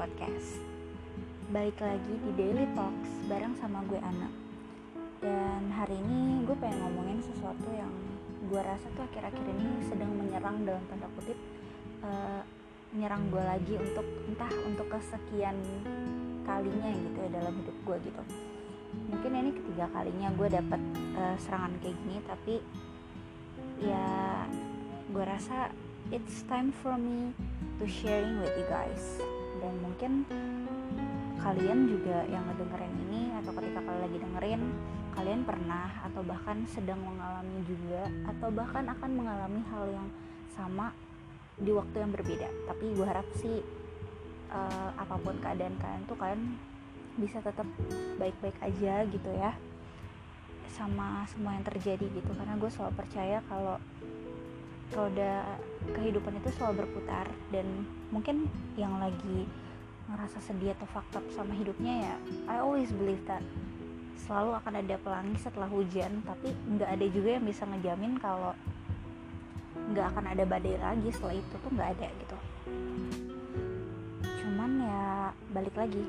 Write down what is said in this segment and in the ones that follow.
Podcast. Balik lagi di Daily Talks bareng sama gue Ana. Dan hari ini gue pengen ngomongin sesuatu yang gue rasa tuh akhir-akhir ini sedang menyerang dalam tanda kutip, menyerang gue lagi untuk kesekian kalinya gitu ya dalam hidup gue gitu. Mungkin ini ketiga kalinya gue dapet serangan kayak gini, tapi ya gue rasa it's time for me to sharing with you guys. Dan mungkin kalian juga yang ngedengerin ini, atau ketika kalian lagi dengerin, kalian pernah atau bahkan sedang mengalami juga, atau bahkan akan mengalami hal yang sama di waktu yang berbeda. Tapi gue harap sih apapun keadaan kalian tuh kalian bisa tetap baik-baik aja gitu ya sama semua yang terjadi gitu. Karena gue selalu percaya kalau roda kehidupan itu selalu berputar, dan mungkin yang lagi ngerasa sedih atau fucked up sama hidupnya ya, I always believe that selalu akan ada pelangi setelah hujan. Tapi nggak ada juga yang bisa ngejamin kalau nggak akan ada badai lagi setelah itu, tuh nggak ada gitu. Cuman ya balik lagi,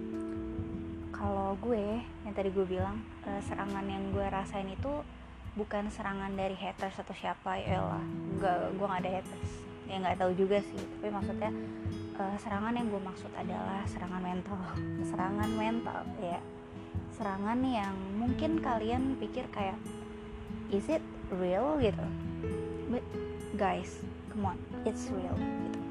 kalau gue yang tadi gue bilang, serangan yang gue rasain itu bukan serangan dari haters atau siapa, ya lah, gue nggak ada haters, ya nggak tahu juga sih. Tapi maksudnya serangan yang gue maksud adalah serangan mental ya, serangan yang mungkin kalian pikir kayak is it real gitu, but guys, come on, it's real gitu.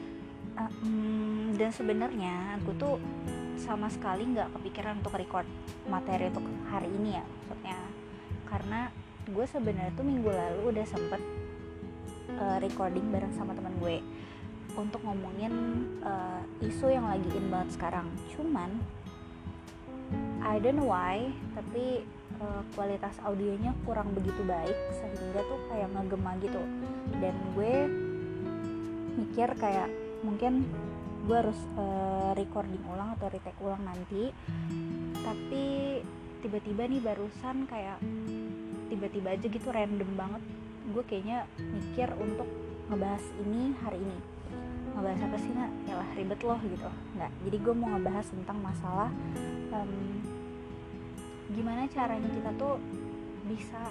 Dan sebenarnya gue tuh sama sekali nggak kepikiran untuk record materi untuk hari ini ya, maksudnya karena gue sebenarnya tuh minggu lalu udah sempet recording bareng sama teman gue untuk ngomongin isu yang lagi in banget sekarang. Cuman I don't know why, tapi kualitas audionya kurang begitu baik sehingga tuh kayak ngegema gitu. Dan gue mikir kayak mungkin gue harus recording ulang atau retake ulang nanti. Tapi tiba-tiba nih barusan kayak tiba-tiba aja gitu, random banget, gue kayaknya mikir untuk ngebahas ini hari ini. Ngebahas apa sih, nak? Yalah, ribet loh gitu. Nggak, jadi gue mau ngebahas tentang masalah gimana caranya kita tuh bisa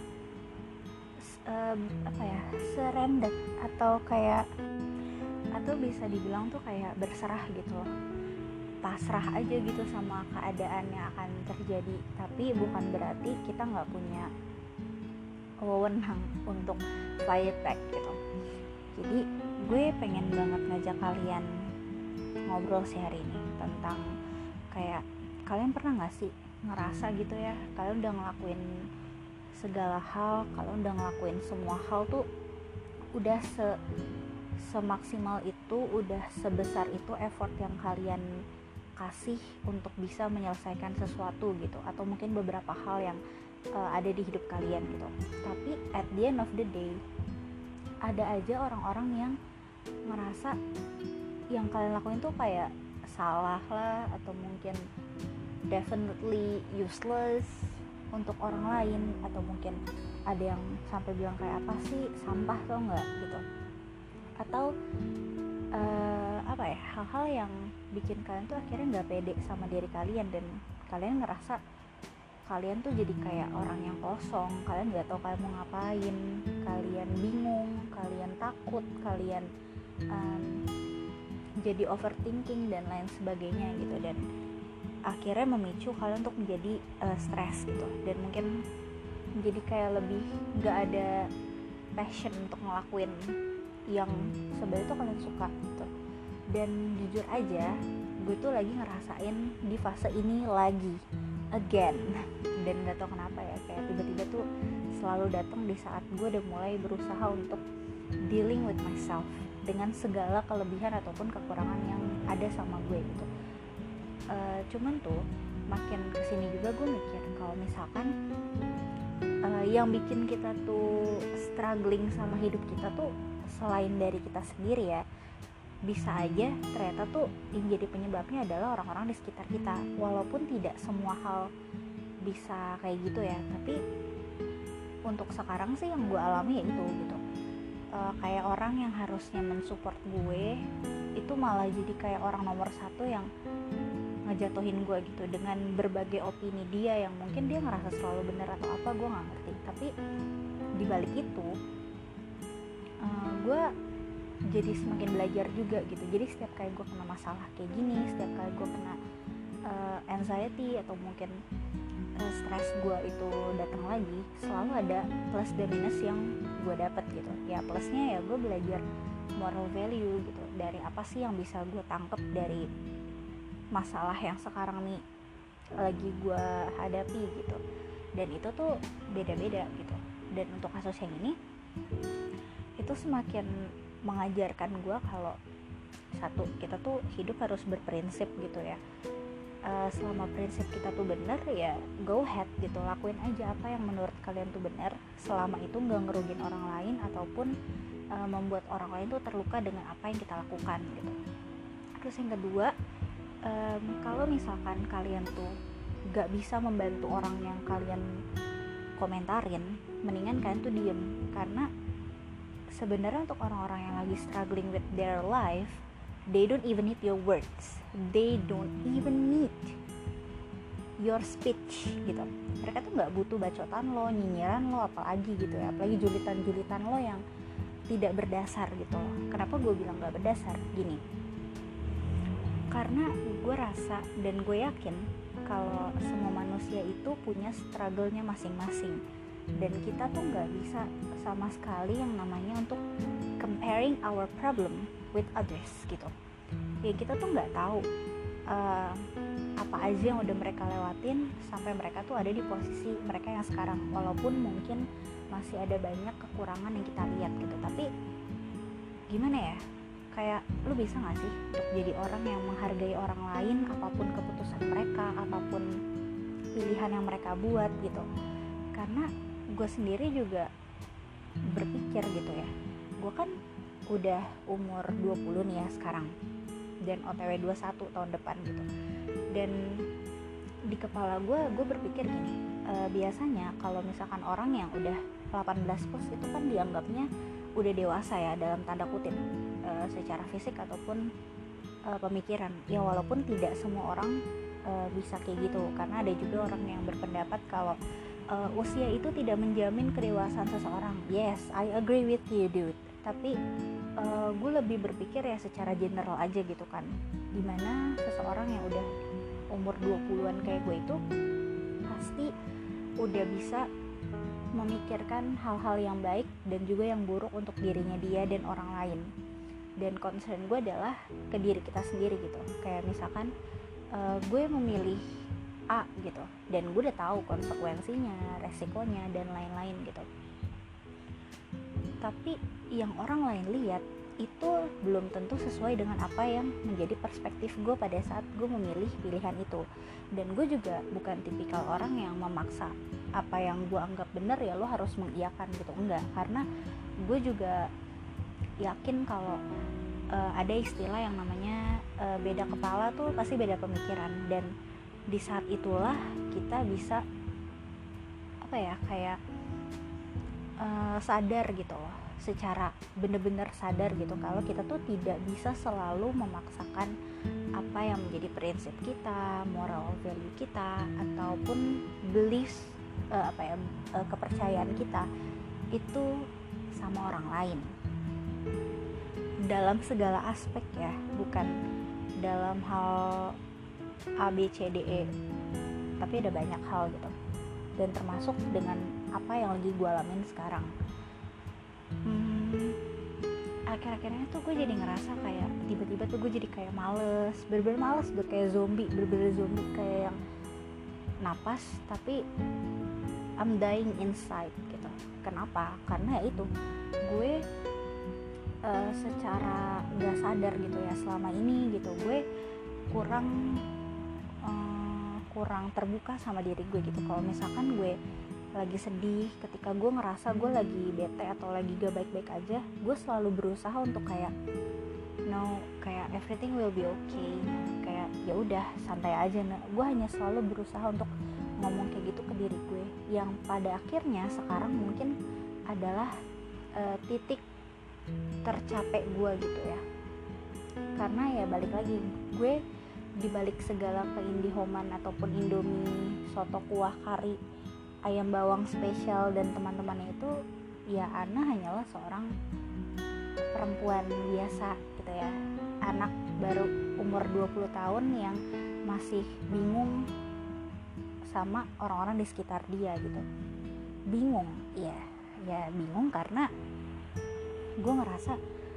serendek atau bisa dibilang tuh kayak berserah gitu loh, pasrah aja gitu sama keadaan yang akan terjadi. Tapi bukan berarti kita nggak punya wewenang untuk fight back gitu. Jadi gue pengen banget ngajak kalian ngobrol sih hari ini tentang kayak kalian pernah nggak sih ngerasa gitu ya, kalian udah ngelakuin segala hal, kalian udah ngelakuin semua hal tuh udah semaksimal itu, udah sebesar itu effort yang kalian kasih untuk bisa menyelesaikan sesuatu gitu, atau mungkin beberapa hal yang ada di hidup kalian gitu. Tapi at the end of the day ada aja orang-orang yang ngerasa yang kalian lakuin tuh kayak salah lah, atau mungkin definitely useless untuk orang lain, atau mungkin ada yang sampai bilang kayak apa sih, sampah tau nggak gitu. Atau hal-hal yang bikin kalian tuh akhirnya nggak pede sama diri kalian, dan kalian ngerasa kalian tuh jadi kayak orang yang kosong, kalian nggak tahu kalian mau ngapain, kalian bingung, kalian takut, kalian jadi overthinking dan lain sebagainya gitu. Dan akhirnya memicu kalian untuk menjadi stres gitu, dan mungkin menjadi kayak lebih nggak ada passion untuk ngelakuin yang sebenarnya tuh kalian suka gitu. Dan jujur aja, gue tuh lagi ngerasain di fase ini lagi again, dan nggak tahu kenapa ya, kayak tiba-tiba tuh selalu datang di saat gue udah mulai berusaha untuk dealing with myself dengan segala kelebihan ataupun kekurangan yang ada sama gue gitu. Cuman tuh makin kesini juga gue mikir kalau misalkan yang bikin kita tuh struggling sama hidup kita tuh selain dari kita sendiri ya, bisa aja ternyata tuh yang jadi penyebabnya adalah orang-orang di sekitar kita. Walaupun tidak semua hal bisa kayak gitu ya, tapi untuk sekarang sih yang gue alami ya itu gitu. kayak orang yang harusnya mensupport gue itu malah jadi kayak orang nomor satu yang ngejatuhin gue gitu dengan berbagai opini dia yang mungkin dia ngerasa selalu benar atau apa, gue nggak ngerti. Tapi dibalik itu gue jadi semakin belajar juga gitu. Jadi setiap kali gue kena masalah kayak gini, setiap kali gue kena anxiety atau mungkin stres gue itu datang lagi, selalu ada plus dan minus yang gue dapat gitu. Ya plusnya ya gue belajar moral value gitu, dari apa sih yang bisa gue tangkep dari masalah yang sekarang nih lagi gue hadapi gitu. Dan itu tuh beda-beda gitu. Dan untuk kasus yang ini itu semakin mengajarkan gue kalau satu, kita tuh hidup harus berprinsip gitu ya. Selama prinsip kita tuh benar, ya go ahead gitu, lakuin aja apa yang menurut kalian tuh benar, selama itu nggak ngerugin orang lain ataupun membuat orang lain tuh terluka dengan apa yang kita lakukan gitu. Terus yang kedua, kalau misalkan kalian tuh gak bisa membantu orang yang kalian komentarin, mendingan kalian tuh diem. Karena sebenarnya untuk orang-orang yang lagi struggling with their life, they don't even need your words, they don't even need your speech gitu. Mereka tuh gak butuh bacotan lo, nyinyiran lo, apalagi gitu ya, apalagi julitan-julitan lo yang tidak berdasar gitu. Kenapa gue bilang gak berdasar? Gini, karena gue rasa dan gue yakin kalau semua manusia itu punya struggle-nya masing-masing, dan kita tuh gak bisa sama sekali yang namanya untuk comparing our problem with others gitu. Ya kita tuh gak tahu apa aja yang udah mereka lewatin sampai mereka tuh ada di posisi mereka yang sekarang, walaupun mungkin masih ada banyak kekurangan yang kita lihat gitu. Tapi gimana ya, kayak lu bisa gak sih untuk jadi orang yang menghargai orang lain, apapun keputusan mereka, apapun pilihan yang mereka buat gitu. Karena gue sendiri juga berpikir gitu ya, gue kan udah umur 20 nih ya sekarang, dan OTW 21 tahun depan gitu. Dan di kepala gue berpikir gini, biasanya kalau misalkan orang yang udah 18 plus itu kan dianggapnya udah dewasa ya, dalam tanda kutip, secara fisik ataupun pemikiran. Ya walaupun tidak semua orang bisa kayak gitu, karena ada juga orang yang berpendapat kalau usia itu tidak menjamin kedewasaan seseorang. Yes, I agree with you dude. Tapi gue lebih berpikir ya secara general aja gitu kan, dimana seseorang yang udah umur 20-an kayak gue itu pasti udah bisa memikirkan hal-hal yang baik dan juga yang buruk untuk dirinya dia dan orang lain. Dan concern gue adalah ke diri kita sendiri gitu. Kayak misalkan gue memilih A gitu, dan gue udah tahu konsekuensinya, resikonya dan lain-lain gitu. Tapi yang orang lain lihat itu belum tentu sesuai dengan apa yang menjadi perspektif gue pada saat gue memilih pilihan itu. Dan gue juga bukan tipikal orang yang memaksa apa yang gue anggap benar ya lo harus mengiyakan gitu, enggak. Karena gue juga yakin kalau ada istilah yang namanya beda kepala tuh pasti beda pemikiran. Dan di saat itulah kita bisa kayak sadar gitu loh, secara bener-bener sadar gitu kalau kita tuh tidak bisa selalu memaksakan apa yang menjadi prinsip kita, moral value kita, ataupun beliefs kepercayaan kita itu sama orang lain dalam segala aspek ya, bukan dalam hal A, B, C, D, E, tapi ada banyak hal gitu. Dan termasuk dengan apa yang lagi gue alamin sekarang. Akhir-akhirnya tuh gue jadi ngerasa kayak tiba-tiba tuh gue jadi kayak males, bener-bener males, udah kayak zombie, bener-bener zombie, kayak yang napas tapi I'm dying inside gitu. Kenapa? Karena ya itu, gue secara gak sadar gitu ya selama ini gitu, gue kurang terbuka sama diri gue gitu. Kalau misalkan gue lagi sedih, ketika gue ngerasa gue lagi bete atau lagi gak baik-baik aja, gue selalu berusaha untuk kayak kayak everything will be okay, kayak ya udah santai aja. Gue hanya selalu berusaha untuk ngomong kayak gitu ke diri gue, yang pada akhirnya sekarang mungkin adalah titik tercapek gue gitu ya. Karena ya balik lagi, gue dibalik segala keindihoman ataupun indomie, soto kuah kari, ayam bawang spesial dan teman-temannya itu, ya Ana hanyalah seorang perempuan biasa gitu ya, anak baru umur 20 tahun yang masih bingung sama orang-orang di sekitar dia gitu. Bingung, ya bingung karena gue ngerasa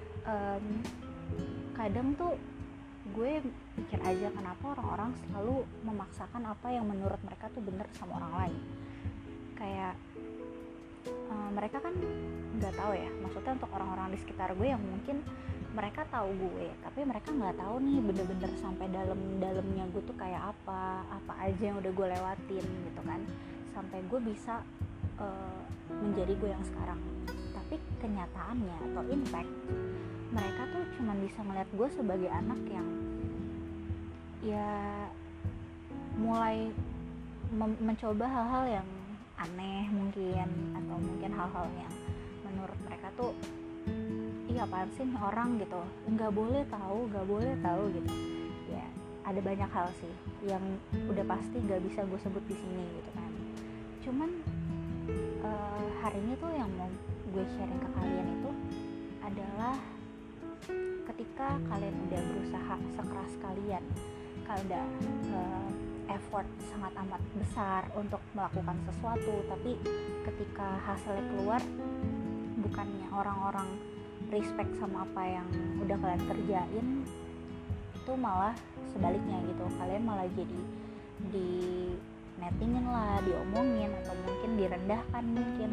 kadang tuh gue pikir aja kenapa orang-orang selalu memaksakan apa yang menurut mereka tuh bener sama orang lain. Kayak mereka kan nggak tahu ya, maksudnya untuk orang-orang di sekitar gue yang mungkin mereka tahu gue, tapi mereka nggak tahu nih bener-bener sampai dalam-dalamnya gue tuh kayak apa aja yang udah gue lewatin gitu kan, sampai gue bisa menjadi gue yang sekarang. Tapi kenyataannya atau impact, mereka tuh cuma bisa ngeliat gue sebagai anak yang ya mulai mencoba hal-hal yang aneh mungkin, atau mungkin hal-hal yang menurut mereka tuh iya apaan sih orang gitu, nggak boleh tahu gitu ya. Ada banyak hal sih yang udah pasti nggak bisa gue sebut di sini gitu kan. Cuman hari ini tuh yang mau gue sharing ke kalian itu adalah ketika kalian udah berusaha sekeras kalian udah effort sangat amat besar untuk melakukan sesuatu, tapi ketika hasilnya keluar bukannya orang-orang respect sama apa yang udah kalian kerjain, itu malah sebaliknya gitu, kalian malah jadi di nettingin lah, diomongin, atau mungkin direndahkan mungkin,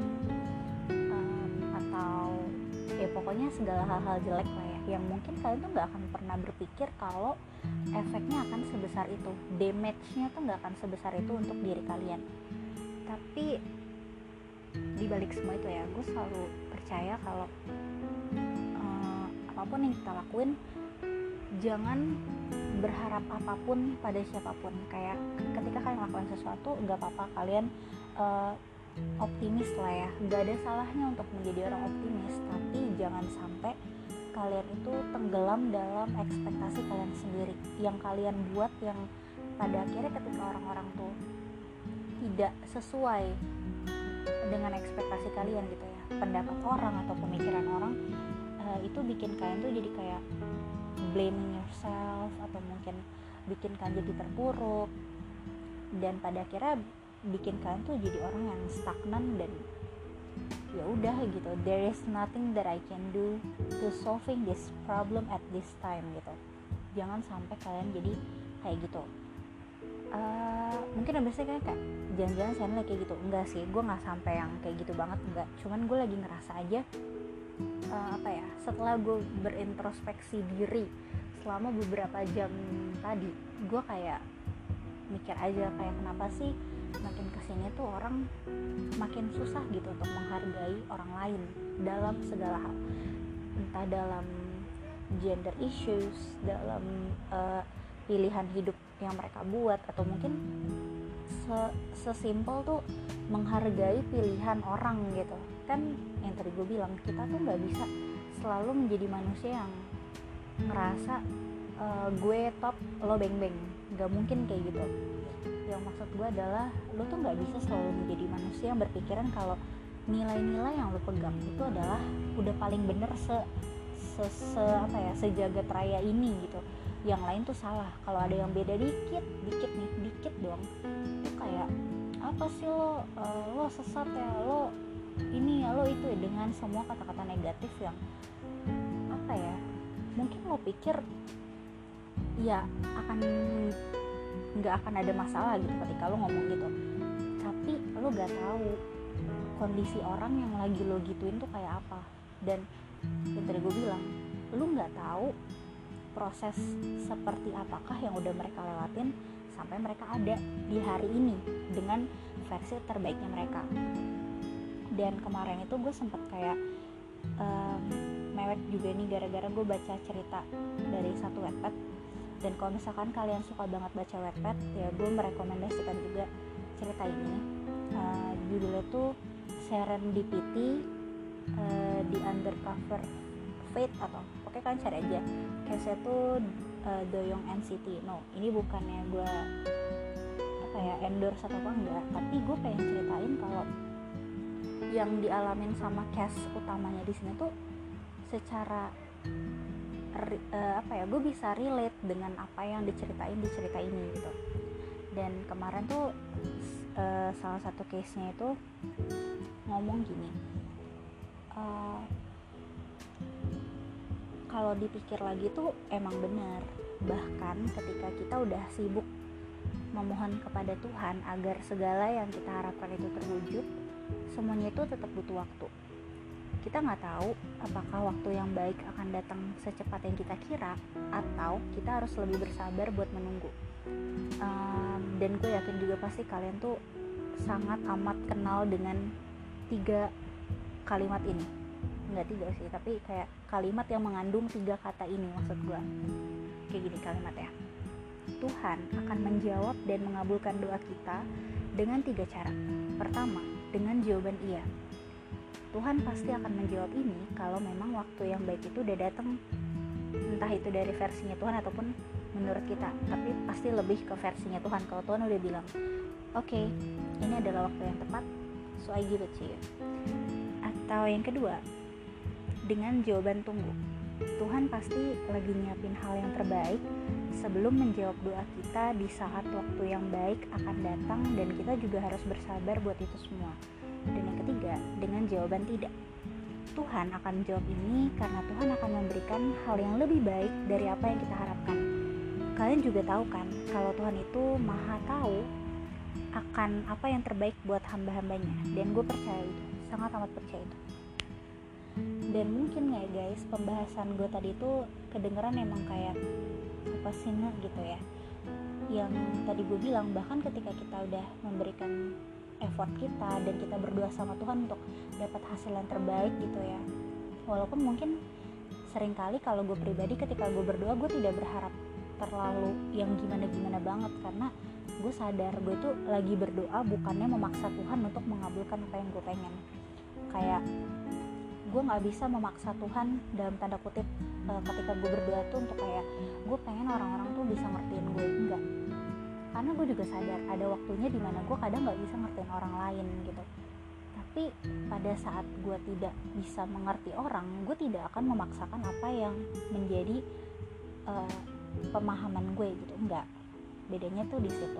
atau ya pokoknya segala hal-hal jelek lah ya, yang mungkin kalian tuh gak akan pernah berpikir kalau efeknya akan sebesar itu, damage-nya tuh gak akan sebesar itu untuk diri kalian. Tapi dibalik semua itu ya, gue selalu percaya kalau apapun yang kita lakuin, jangan berharap apapun pada siapapun. Kayak ketika kalian lakukan sesuatu, gak apa-apa kalian optimis lah ya, gak ada salahnya untuk menjadi orang optimis, tapi jangan sampai kalian itu tenggelam dalam ekspektasi kalian sendiri yang kalian buat, yang pada akhirnya ketika orang-orang tuh tidak sesuai dengan ekspektasi kalian gitu ya, pendapat orang atau pemikiran orang, itu bikin kalian tuh jadi kayak blaming yourself, atau mungkin bikin kalian jadi terpuruk, dan pada akhirnya bikin kalian tuh jadi orang yang stagnan dan ya udah gitu, there is nothing that I can do to solving this problem at this time gitu. Jangan sampai kalian jadi kayak gitu. Mungkin biasanya kayak jangan-jangan channel kayak gitu, enggak sih, gue nggak sampai yang kayak gitu banget, enggak. Cuman gue lagi ngerasa aja setelah gue berintrospeksi diri selama beberapa jam tadi, gue kayak mikir aja kayak kenapa sih makin kesini tuh orang makin susah gitu untuk menghargai orang lain dalam segala hal, entah dalam gender issues, dalam pilihan hidup yang mereka buat, atau mungkin sesimpel tuh menghargai pilihan orang gitu kan. Yang tadi gue bilang, kita tuh nggak bisa selalu menjadi manusia yang ngerasa gue top lo beng-beng, nggak mungkin kayak gitu. Yang maksud gue adalah lo tuh nggak bisa selalu menjadi manusia yang berpikiran kalau nilai-nilai yang lo pegang itu adalah udah paling bener sejagat raya ini gitu. Yang lain tuh salah. Kalau ada yang beda dikit doang, itu kayak apa sih lo sesat ya, lo ini ya, lo itu ya, dengan semua kata-kata negatif yang apa ya, mungkin lo pikir ya nggak akan ada masalah gitu ketika lo ngomong gitu, tapi lo gak tahu kondisi orang yang lagi lo gituin tuh kayak apa. Dan yang tadi gue bilang, lo gak tahu proses seperti apakah yang udah mereka lewatin sampai mereka ada di hari ini dengan versi terbaiknya mereka. Dan kemarin itu gue sempet kayak mewek juga nih, gara-gara gue baca cerita dari satu webpad. Dan kalau misalkan kalian suka banget baca webpad, ya gue merekomendasikan juga cerita ini. Judulnya tuh Serendipity, The Undercover Fate atau oke kalian cari aja case-nya tuh Doyoung NCT. No, ini bukannya gue endorse atau apa enggak, tapi gue pengen ceritain kalau yang dialamin sama cast utamanya di sini tuh secara gue bisa relate dengan apa yang diceritain di cerita ini gitu. Dan kemarin tuh salah satu case-nya itu ngomong gini, kalau dipikir lagi tuh emang benar, bahkan ketika kita udah sibuk memohon kepada Tuhan agar segala yang kita harapkan itu terwujud, semuanya itu tetap butuh waktu. Kita nggak tahu apakah waktu yang baik akan datang secepat yang kita kira, atau kita harus lebih bersabar buat menunggu. Dan gue yakin juga pasti kalian tuh sangat amat kenal dengan 3 kalimat ini. Nggak 3 sih, tapi kayak kalimat yang mengandung 3 kata ini maksud gue. Kayak gini kalimatnya. Tuhan akan menjawab dan mengabulkan doa kita dengan 3 cara. Pertama, dengan jawaban iya. Tuhan pasti akan menjawab ini kalau memang waktu yang baik itu udah datang, entah itu dari versinya Tuhan ataupun menurut kita, tapi pasti lebih ke versinya Tuhan. Kalau Tuhan udah bilang, oke, ini adalah waktu yang tepat, so I give it to you. Atau yang kedua, dengan jawaban tunggu. Tuhan pasti lagi nyiapin hal yang terbaik sebelum menjawab doa kita di saat waktu yang baik akan datang, dan kita juga harus bersabar buat itu semua. Dan yang ketiga, dengan jawaban tidak. Tuhan akan menjawab ini karena Tuhan akan memberikan hal yang lebih baik dari apa yang kita harapkan. Kalian juga tahu kan kalau Tuhan itu maha tahu akan apa yang terbaik buat hamba-hambanya, dan gue percaya itu, sangat amat percaya itu. Dan mungkin ya guys, pembahasan gue tadi itu kedengeran emang kayak apa sih gitu ya, yang tadi gue bilang, bahkan ketika kita udah memberikan effort kita dan kita berdoa sama Tuhan untuk dapat hasil yang terbaik gitu ya, walaupun mungkin seringkali kalau gue pribadi ketika gue berdoa, gue tidak berharap terlalu yang gimana-gimana banget, karena gue sadar gue tuh lagi berdoa bukannya memaksa Tuhan untuk mengabulkan apa yang gue pengen. Kayak gue nggak bisa memaksa Tuhan dalam tanda kutip ketika gue berdoa tuh untuk kayak gue pengen orang-orang tuh bisa ngertiin gue, enggak. Karena gue juga sadar ada waktunya dimana gue kadang nggak bisa ngertiin orang lain gitu. Tapi pada saat gue tidak bisa mengerti orang, gue tidak akan memaksakan apa yang menjadi pemahaman gue gitu, enggak. Bedanya tuh di situ.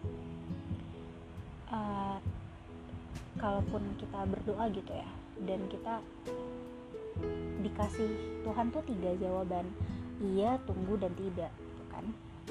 Kalaupun kita berdoa gitu ya, dan kita dikasih Tuhan tuh 3 jawaban, iya, tunggu, dan tidak gitu kan.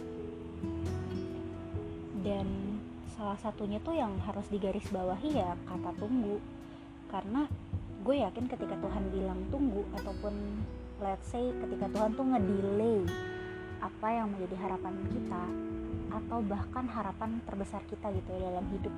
Dan salah satunya tuh yang harus digarisbawahi ya kata tunggu, karena gue yakin ketika Tuhan bilang tunggu, ataupun let's say ketika Tuhan tuh ngedelay apa yang menjadi harapan kita, atau bahkan harapan terbesar kita gitu ya dalam hidup,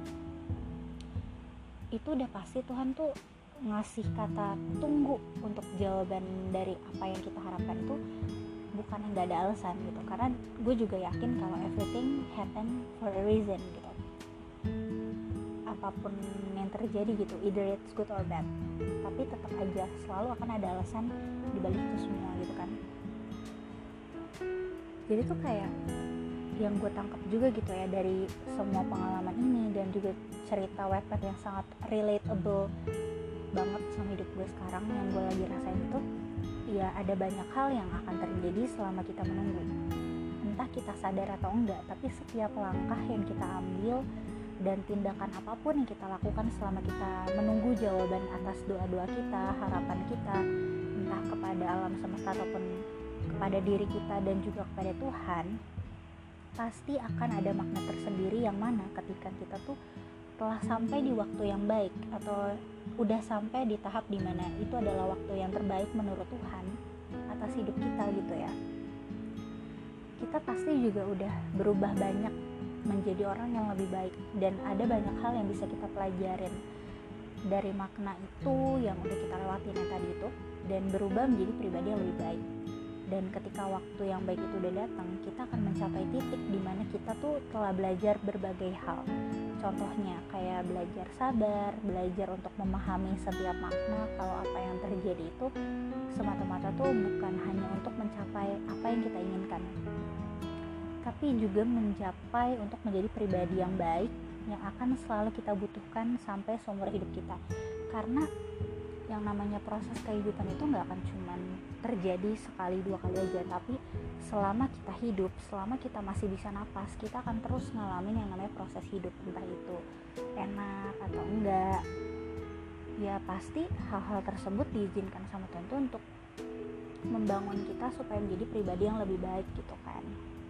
itu udah pasti Tuhan tuh ngasih kata tunggu untuk jawaban dari apa yang kita harapkan itu, bukan yang gak ada alasan gitu. Karena gue juga yakin kalau everything happen for a reason gitu, apapun yang terjadi gitu, either it's good or bad, tapi tetap aja selalu akan ada alasan dibalik itu semua gitu kan. Jadi tuh kayak yang gue tangkap juga gitu ya dari semua pengalaman ini, dan juga cerita Wattpad yang sangat relatable banget sama hidup gue sekarang yang gue lagi rasain itu, ya ada banyak hal yang akan terjadi selama kita menunggu. Entah kita sadar atau enggak, tapi setiap langkah yang kita ambil dan tindakan apapun yang kita lakukan selama kita menunggu jawaban atas doa-doa kita, harapan kita, entah kepada alam semesta ataupun kepada diri kita dan juga kepada Tuhan, pasti akan ada makna tersendiri, yang mana ketika kita tuh telah sampai di waktu yang baik, atau udah sampai di tahap dimana itu adalah waktu yang terbaik menurut Tuhan atas hidup kita gitu ya, kita pasti juga udah berubah banyak menjadi orang yang lebih baik, dan ada banyak hal yang bisa kita pelajarin dari makna itu yang udah kita lewatin yang tadi itu, dan berubah menjadi pribadi yang lebih baik. Dan ketika waktu yang baik itu udah datang, kita akan mencapai titik dimana kita tuh telah belajar berbagai hal. Contohnya kayak belajar sabar, belajar untuk memahami setiap makna kalau apa yang terjadi itu semata-mata tuh bukan hanya untuk mencapai apa yang kita inginkan, tapi juga mencapai untuk menjadi pribadi yang baik yang akan selalu kita butuhkan sampai seumur hidup kita. Karena yang namanya proses kehidupan itu gak akan cuman terjadi sekali dua kali aja, tapi selama kita hidup, selama kita masih bisa napas, kita akan terus ngalamin yang namanya proses hidup. Entah itu enak atau enggak, ya pasti hal-hal tersebut diizinkan sama Tuhan untuk membangun kita supaya menjadi pribadi yang lebih baik gitu kan.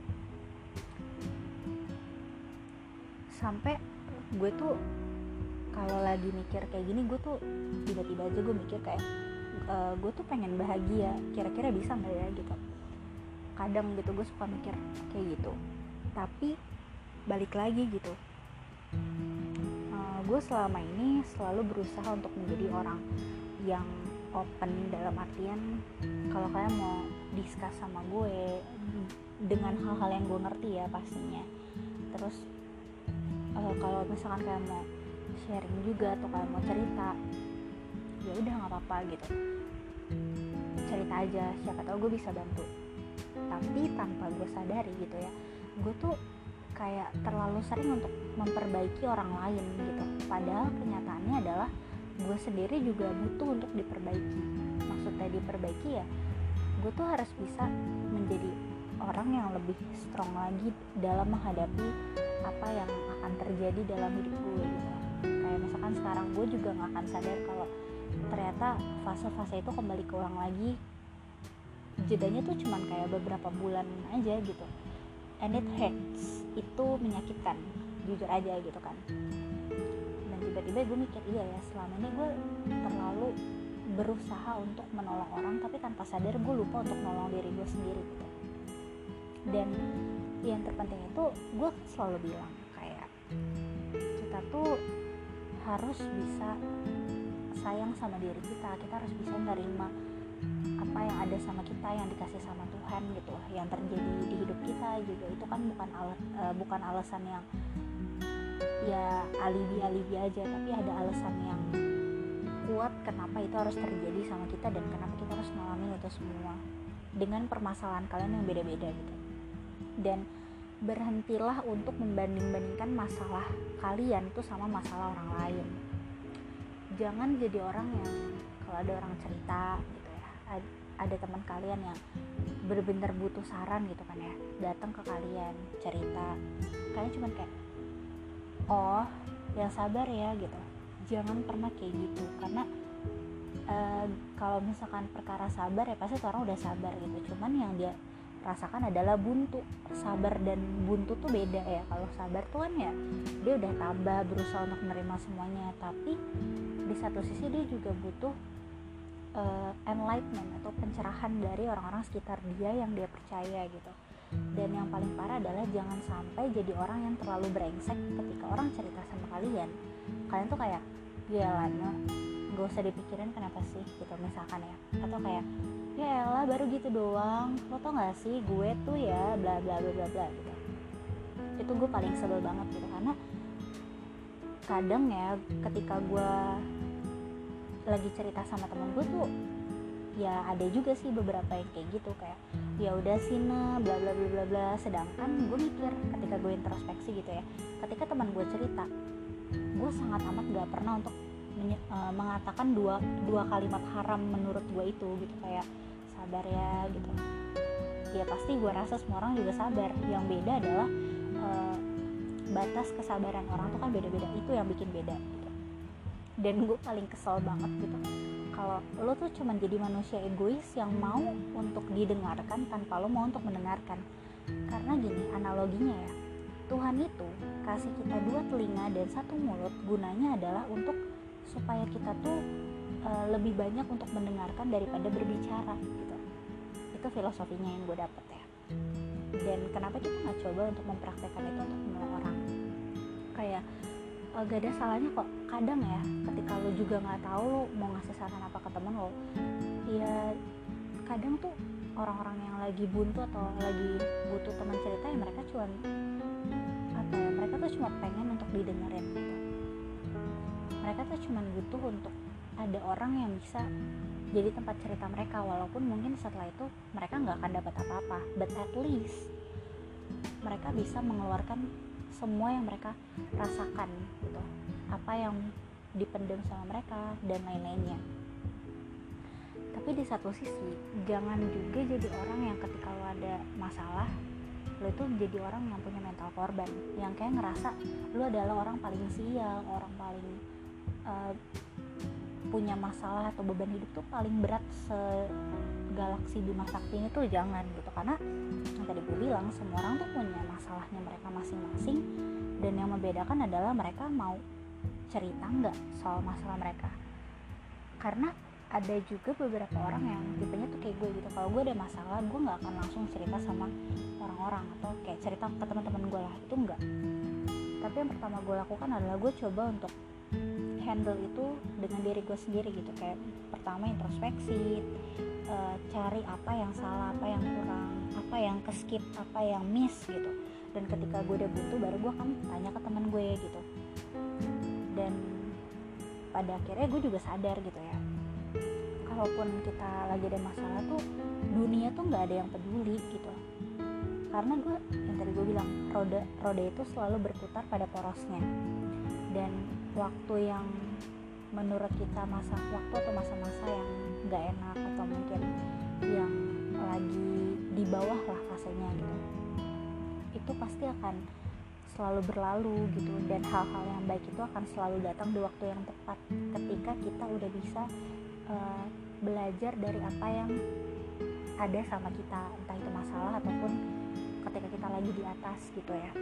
Sampai gue tuh kalau lagi mikir kayak gini, gue tuh tiba-tiba aja gue mikir kayak gue tuh pengen bahagia, kira-kira bisa nggak ya gitu. Kadang gitu gue suka mikir kayak gitu, tapi balik lagi gitu, gue selama ini selalu berusaha untuk menjadi orang yang open, dalam artian kalau kalian mau discuss sama gue dengan hal-hal yang gue ngerti ya pastinya. Terus kalau misalkan kalian mau sharing juga atau kalian mau cerita, ya udah nggak apa-apa gitu, cerita aja, siapa tahu gue bisa bantu. Tapi tanpa gue sadari gitu ya, gue tuh kayak terlalu sering untuk memperbaiki orang lain gitu, padahal kenyataannya adalah gue sendiri juga butuh untuk diperbaiki. Maksudnya diperbaiki ya, gue tuh harus bisa menjadi orang yang lebih strong lagi dalam menghadapi apa yang akan terjadi dalam hidup gue gitu. Kayak misalkan sekarang gue juga gak akan sadar kalau ternyata fase-fase itu kembali keulang lagi, jedanya tuh cuman kayak beberapa bulan aja gitu, and it hurts, itu menyakitkan, jujur aja gitu kan. Dan tiba-tiba gue mikir, iya ya, selama ini gue terlalu berusaha untuk menolong orang, tapi tanpa sadar gue lupa untuk nolong diri gue sendiri gitu. Dan yang terpenting itu gue selalu bilang kayak kita tuh harus bisa sayang sama diri kita harus bisa menerima apa yang ada sama kita, yang dikasih sama Tuhan gitu. Yang terjadi di hidup kita juga itu kan bukan alasan yang ya alibi aja, tapi ada alasan yang kuat kenapa itu harus terjadi sama kita dan kenapa kita harus ngalamin itu semua dengan permasalahan kalian yang beda-beda gitu. Dan berhentilah untuk membanding-bandingkan masalah kalian tuh sama masalah orang lain. Jangan jadi orang yang kalau ada orang cerita gitu ya, ada teman kalian yang benar-benar butuh saran gitu kan ya, datang ke kalian cerita, kalian cuman kayak oh yang sabar ya gitu. Jangan pernah kayak gitu, karena kalau misalkan perkara sabar ya pasti orang udah sabar gitu, cuman yang dia rasakan adalah buntu. Sabar dan buntu tuh beda ya. Kalau sabar tuh kan ya dia udah tabah, berusaha untuk menerima semuanya, tapi di satu sisi dia juga butuh enlightenment atau pencerahan dari orang-orang sekitar dia yang dia percaya gitu. Dan yang paling parah adalah jangan sampai jadi orang yang terlalu brengsek ketika orang cerita sama kalian tuh kayak ya Lana, gak usah dipikirin kenapa sih gitu misalkan ya, atau kayak ya elah baru gitu doang, lo tau gak sih gue tuh ya bla bla bla bla bla gitu. Itu gue paling sebel banget gitu, karena kadang ya ketika gue lagi cerita sama temen gue tuh ya ada juga sih beberapa yang kayak gitu, kayak ya udah sih nah bla bla bla bla bla. Sedangkan gue mikir ketika gue introspeksi gitu ya, ketika teman gue cerita, gue sangat amat gak pernah untuk mengatakan dua kalimat haram menurut gue itu gitu, kayak sabar ya gitu. Ya pasti gue rasa semua orang juga sabar, yang beda adalah batas kesabaran orang tuh kan beda-beda, itu yang bikin beda gitu. Dan gue paling kesel banget gitu kalau lo tuh cuman jadi manusia egois yang mau untuk didengarkan tanpa lo mau untuk mendengarkan. Karena gini analoginya ya, Tuhan itu kasih kita 2 telinga dan 1 mulut, gunanya adalah untuk supaya kita tuh lebih banyak untuk mendengarkan daripada berbicara gitu. Itu filosofinya yang gue dapet ya. Dan kenapa kita gak coba untuk mempraktekkan itu untuk menolong orang? Kayak gak ada salahnya kok kadang ya, ketika lo juga gak tahu lo mau ngasih saran apa ke temen lo, ya kadang tuh orang-orang yang lagi buntu atau lagi butuh teman cerita, ya mereka cuma apa ya, mereka tuh cuma pengen untuk didengerin gitu. Mereka tuh cuma butuh untuk ada orang yang bisa jadi tempat cerita mereka, walaupun mungkin setelah itu mereka nggak akan dapat apa-apa, but at least mereka bisa mengeluarkan semua yang mereka rasakan gitu, apa yang dipendam sama mereka dan lain-lainnya. Tapi di satu sisi jangan juga jadi orang yang ketika lo ada masalah, lo itu jadi orang yang punya mental korban, yang kayak ngerasa lo adalah orang paling sial, orang paling punya masalah atau beban hidup tuh paling berat segalaksi Bima Sakti ini tuh. Jangan gitu, karena yang tadi gue bilang, semua orang tuh punya masalahnya mereka masing-masing, dan yang membedakan adalah mereka mau cerita nggak soal masalah mereka. Karena ada juga beberapa orang yang tipenya tuh kayak gue gitu, kalau gue ada masalah gue nggak akan langsung cerita sama orang-orang atau kayak cerita ke teman-teman gue lah, itu enggak. Tapi yang pertama gue lakukan adalah gue coba untuk handle itu dengan diri gue sendiri gitu. Kayak pertama introspeksi, cari apa yang salah, apa yang kurang, apa yang keskip, apa yang miss gitu. Dan ketika gue udah butuh, baru gue akan tanya ke teman gue gitu. Dan pada akhirnya gue juga sadar gitu ya, kalaupun kita lagi ada masalah tuh, dunia tuh nggak ada yang peduli gitu. Karena gue, yang tadi gue bilang, roda itu selalu berputar pada porosnya. Dan waktu yang menurut kita waktu atau masa-masa yang nggak enak atau mungkin yang lagi di bawah lah kasarnya gitu, itu pasti akan selalu berlalu gitu. Dan hal-hal yang baik itu akan selalu datang di waktu yang tepat, ketika kita udah bisa belajar dari apa yang ada sama kita, entah itu masalah ataupun ketika kita lagi di atas gitu ya.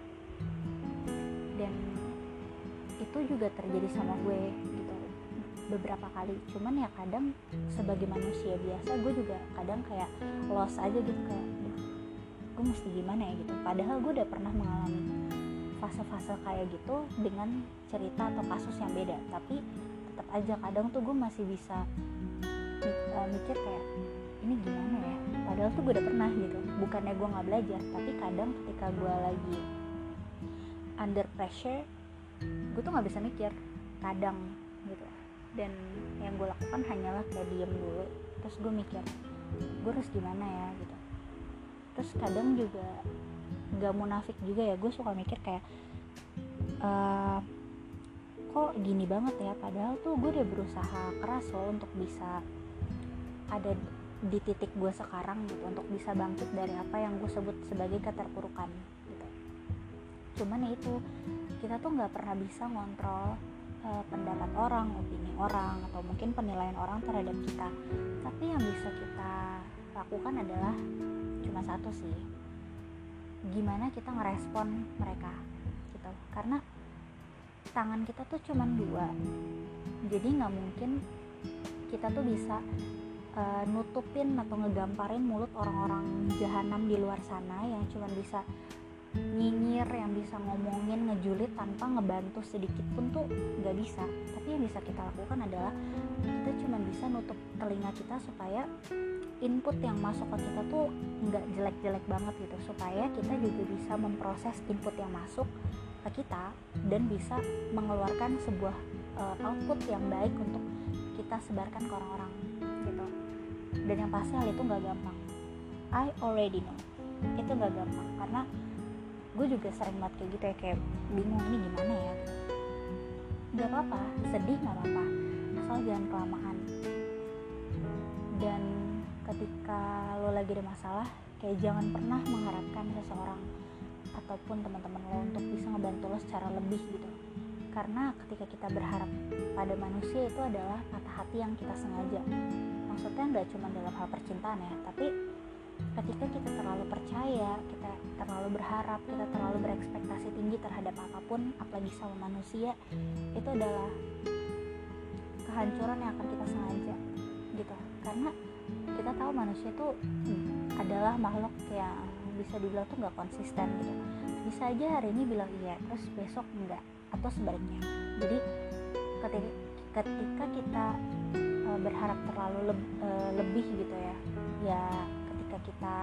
Dan itu juga terjadi sama gue gitu beberapa kali. Cuman ya kadang sebagai manusia biasa, gue juga kadang kayak lost aja gitu, kayak gue mesti gimana ya gitu. Padahal gue udah pernah mengalami fase-fase kayak gitu dengan cerita atau kasus yang beda, tapi tetap aja kadang tuh gue masih bisa mikir kayak ini gimana ya, padahal tuh gue udah pernah gitu. Bukannya gue gak belajar, tapi kadang ketika gue lagi under pressure, gue tuh gak bisa mikir kadang gitu. Dan yang gue lakukan hanyalah kayak diem dulu, terus gue mikir gue harus gimana ya gitu. Terus kadang juga gak munafik juga ya, gue suka mikir kayak kok gini banget ya, padahal tuh gue udah berusaha keras loh untuk bisa ada di titik gue sekarang gitu, untuk bisa bangkit dari apa yang gue sebut sebagai keterpurukan gitu. Cuman ya itu, kita tuh nggak pernah bisa ngontrol pendapat orang, opini orang, atau mungkin penilaian orang terhadap kita. Tapi yang bisa kita lakukan adalah cuma satu sih, gimana kita ngerespon mereka gitu. Karena tangan kita tuh cuma dua, jadi nggak mungkin kita tuh bisa nutupin atau ngegamparin mulut orang-orang jahanam di luar sana yang cuma bisa nyinyir, yang bisa ngomongin, ngejulit tanpa ngebantu sedikit pun tuh nggak bisa. Tapi yang bisa kita lakukan adalah kita cuma bisa nutup telinga kita supaya input yang masuk ke kita tuh nggak jelek-jelek banget gitu, supaya kita juga bisa memproses input yang masuk ke kita dan bisa mengeluarkan sebuah output yang baik untuk kita sebarkan ke orang-orang gitu. Dan yang pasti hal itu nggak gampang, I already know itu nggak gampang, karena gue juga sering banget kayak gitu ya, kayak bingung ini gimana ya. Nggak apa-apa, sedih nggak apa-apa, asal jangan kelamaan. Dan ketika lo lagi ada masalah, kayak jangan pernah mengharapkan seseorang ataupun teman-teman lo untuk bisa ngebantu lo secara lebih gitu. Karena ketika kita berharap pada manusia, itu adalah patah hati yang kita sengaja. Maksudnya nggak cuma dalam hal percintaan ya, tapi ketika kita terlalu percaya, kita terlalu berharap, kita terlalu berekspektasi tinggi terhadap apapun, apalagi sama manusia, itu adalah kehancuran yang akan kita sengaja gitu. Karena kita tahu manusia itu adalah makhluk yang bisa dibilang tuh nggak konsisten gitu. Bisa aja hari ini bilang iya, terus besok enggak, atau sebaliknya. Jadi ketika kita berharap terlalu lebih gitu ya, ketika kita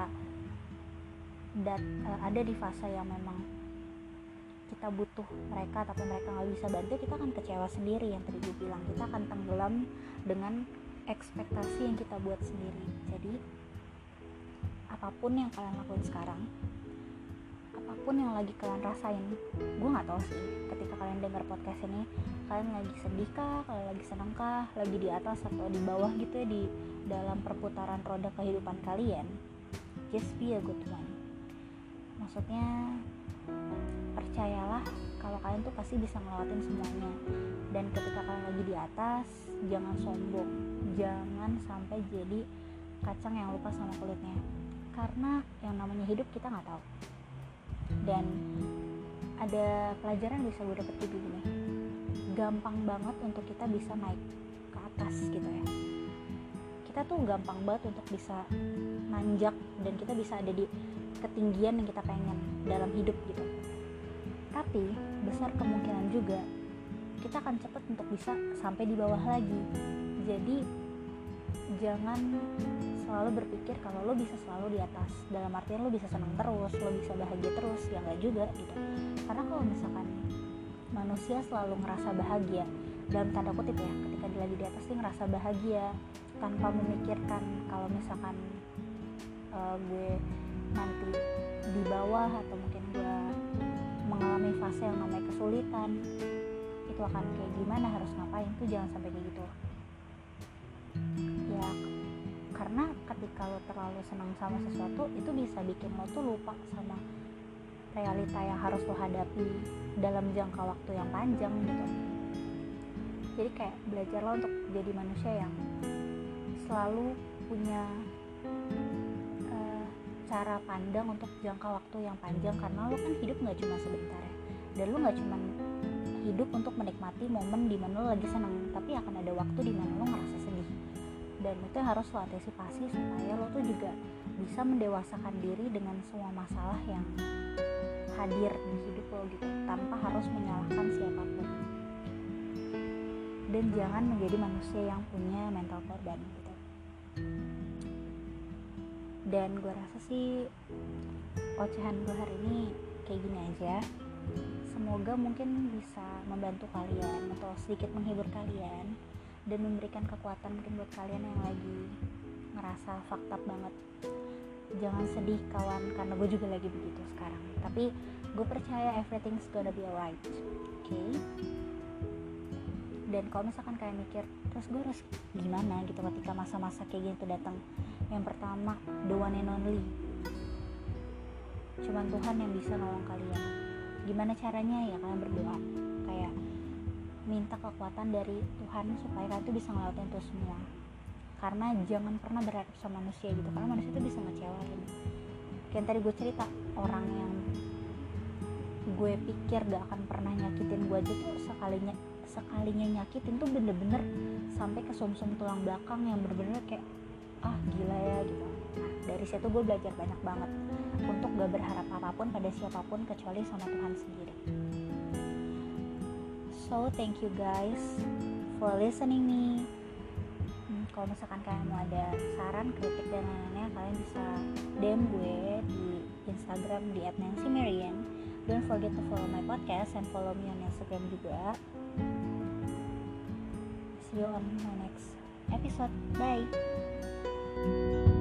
ada di fase yang memang kita butuh mereka tapi mereka nggak bisa bantu, kita akan kecewa sendiri. Yang tadi gue bilang, kita akan tenggelam dengan ekspektasi yang kita buat sendiri. Jadi apapun yang kalian lakuin sekarang, apapun yang lagi kalian rasain, gue nggak tahu sih ketika kalian dengar podcast ini kalian lagi sedih kah, kalian lagi senang kah, lagi di atas atau di bawah gitu ya, di dalam perputaran roda kehidupan kalian. Just be a good one. Maksudnya percayalah kalau kalian tuh pasti bisa ngelewatin semuanya. Dan ketika kalian lagi di atas, jangan sombong, jangan sampai jadi kacang yang lupa sama kulitnya, karena yang namanya hidup kita nggak tahu. Dan ada pelajaran bisa gue dapet juga gini, gampang banget untuk kita bisa naik ke atas gitu ya. Kita tuh gampang banget untuk bisa nanjak dan kita bisa ada di ketinggian yang kita pengen dalam hidup gitu. Tapi besar kemungkinan juga kita akan cepat untuk bisa sampai di bawah lagi. Jadi jangan selalu berpikir kalau lo bisa selalu di atas, dalam artian lo bisa senang terus, lo bisa bahagia terus, ya enggak juga gitu. Karena kalau misalkan manusia selalu ngerasa bahagia, dalam tanda kutip ya, ketika dia lagi di atas dia ngerasa bahagia tanpa memikirkan kalau misalkan gue nanti di bawah atau mungkin gue mengalami fase yang namanya kesulitan, itu akan kayak gimana, harus ngapain, tuh jangan sampai kayak gitu ya. Karena ketika lo terlalu senang sama sesuatu, itu bisa bikin lo tuh lupa sama realita yang harus lo hadapi dalam jangka waktu yang panjang gitu. Jadi kayak belajarlah untuk jadi manusia yang selalu punya cara pandang untuk jangka waktu yang panjang, karena lo kan hidup gak cuma sebentar ya, dan lo gak cuma hidup untuk menikmati momen dimana lo lagi senang, tapi akan ada waktu dimana lo ngerasa sedih. Dan itu harus lo antisipasi supaya lo tuh juga bisa mendewasakan diri dengan semua masalah yang hadir di hidup lo gitu, tanpa harus menyalahkan siapapun. Dan jangan menjadi manusia yang punya mental korban gitu. Dan gue rasa sih ocehan gue hari ini kayak gini aja. Semoga mungkin bisa membantu kalian atau sedikit menghibur kalian dan memberikan kekuatan mungkin buat kalian yang lagi ngerasa fucked up banget. Jangan sedih kawan, karena gue juga lagi begitu sekarang. Tapi gue percaya everything's gonna be alright, okay? Dan kalau misalkan kalian mikir, terus gue harus gimana gitu ketika masa-masa kayak gitu datang. Yang pertama, the one and only, cuman Tuhan yang bisa nolong kalian. Gimana caranya? Ya kalian berdoa, kayak minta kekuatan dari Tuhan supaya kalian tuh bisa ngelawatin itu semua. Karena jangan pernah berharap sama manusia gitu, karena manusia itu bisa ngecewain. Kayak tadi gue cerita, orang yang gue pikir gak akan pernah nyakitin gue aja tuh sekalinya nyakitin tuh bener-bener sampai ke sumsum tulang belakang yang bener-bener kayak gila ya gitu. Nah dari situ gue belajar banyak banget untuk gak berharap apapun pada siapapun kecuali sama Tuhan sendiri. So thank you guys for listening me. Kalau misalkan kalian mau ada saran, kritik dan lain-lainnya, kalian bisa DM gue di Instagram di @nancymarian. Don't forget to follow my podcast and follow me on Instagram juga. See you on my next episode. Bye.